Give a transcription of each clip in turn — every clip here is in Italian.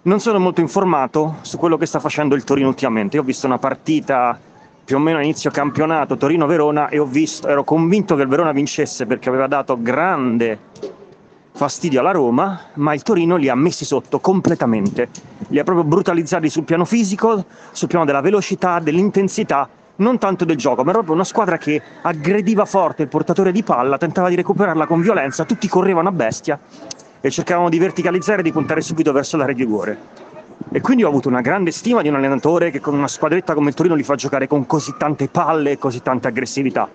Non sono molto informato su quello che sta facendo il Torino ultimamente. Io ho visto una partita più o meno a inizio campionato Torino-Verona e ero convinto che il Verona vincesse perché aveva dato grande fastidio alla Roma, ma il Torino li ha messi sotto completamente. Li ha proprio brutalizzati sul piano fisico, sul piano della velocità, dell'intensità, non tanto del gioco, ma era proprio una squadra che aggrediva forte il portatore di palla, tentava di recuperarla con violenza, tutti correvano a bestia e cercavano di verticalizzare e di puntare subito verso l'area di rigore. E quindi ho avuto una grande stima di un allenatore che con una squadretta come il Torino li fa giocare con così tante palle e così tanta aggressività.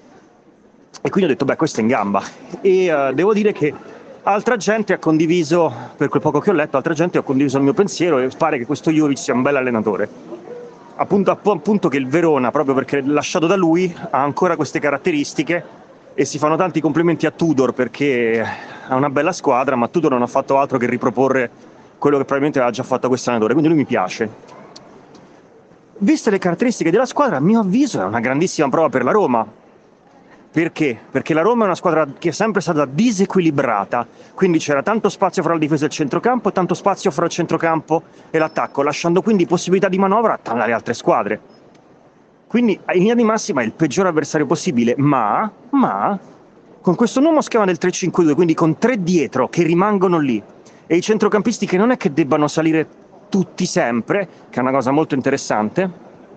E quindi ho detto, beh, questo è in gamba. E devo dire che altra gente ha condiviso, per quel poco che ho letto, altra gente ha condiviso il mio pensiero e pare che questo Jovic sia un bel allenatore. Appunto che il Verona, proprio perché lasciato da lui, ha ancora queste caratteristiche e si fanno tanti complimenti a Tudor perché ha una bella squadra, ma Tudor non ha fatto altro che riproporre quello che probabilmente aveva già fatto questo allenatore, quindi lui mi piace. Viste le caratteristiche della squadra, a mio avviso è una grandissima prova per la Roma. Perché? Perché la Roma è una squadra che è sempre stata disequilibrata, quindi c'era tanto spazio fra la difesa e il centrocampo, tanto spazio fra il centrocampo e l'attacco, lasciando quindi possibilità di manovra alle altre squadre. Quindi in linea di massima è il peggior avversario possibile, ma con questo nuovo schema del 3-5-2, quindi con tre dietro che rimangono lì, e i centrocampisti che non è che debbano salire tutti sempre, che è una cosa molto interessante,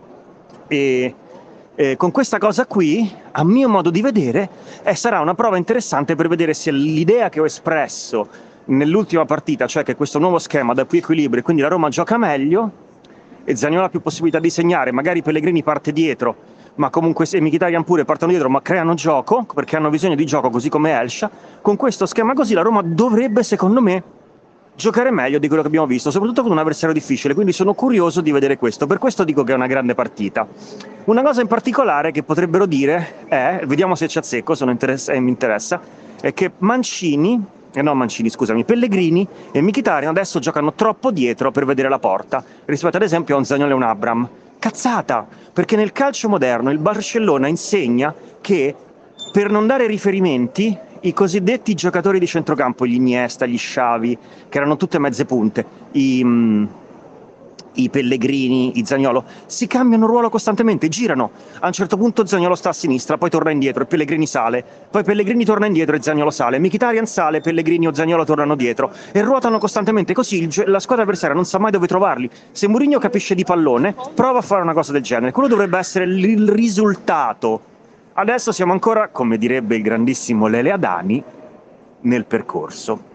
e con questa cosa qui, a mio modo di vedere, sarà una prova interessante per vedere se l'idea che ho espresso nell'ultima partita, cioè che questo nuovo schema dà più equilibrio e quindi la Roma gioca meglio e Zaniolo ha più possibilità di segnare, magari Pellegrini parte dietro, ma comunque se Mkhitaryan pure partono dietro, ma creano gioco, perché hanno bisogno di gioco, così come Elsha. Con questo schema così la Roma dovrebbe, secondo me, giocare meglio di quello che abbiamo visto, soprattutto con un avversario difficile, quindi sono curioso di vedere questo. Per questo dico che è una grande partita. Una cosa in particolare che potrebbero dire è, vediamo se ci azzecco, mi interessa, è che Pellegrini e Mkhitaryan adesso giocano troppo dietro per vedere la porta, rispetto ad esempio a un Zaniolo e un Abraham. Cazzata, perché nel calcio moderno il Barcellona insegna che per non dare riferimenti, i cosiddetti giocatori di centrocampo, gli Iniesta, gli Xavi, che erano tutte mezze punte, i Pellegrini, i Zaniolo, si cambiano ruolo costantemente, girano. A un certo punto Zaniolo sta a sinistra, poi torna indietro e Pellegrini sale, poi Pellegrini torna indietro e Zaniolo sale, Mkhitaryan sale, Pellegrini o Zaniolo tornano dietro e ruotano costantemente, così la squadra avversaria non sa mai dove trovarli. Se Mourinho capisce di pallone, prova a fare una cosa del genere. Quello dovrebbe essere il risultato. Adesso siamo ancora, come direbbe il grandissimo Lele Adani, nel percorso.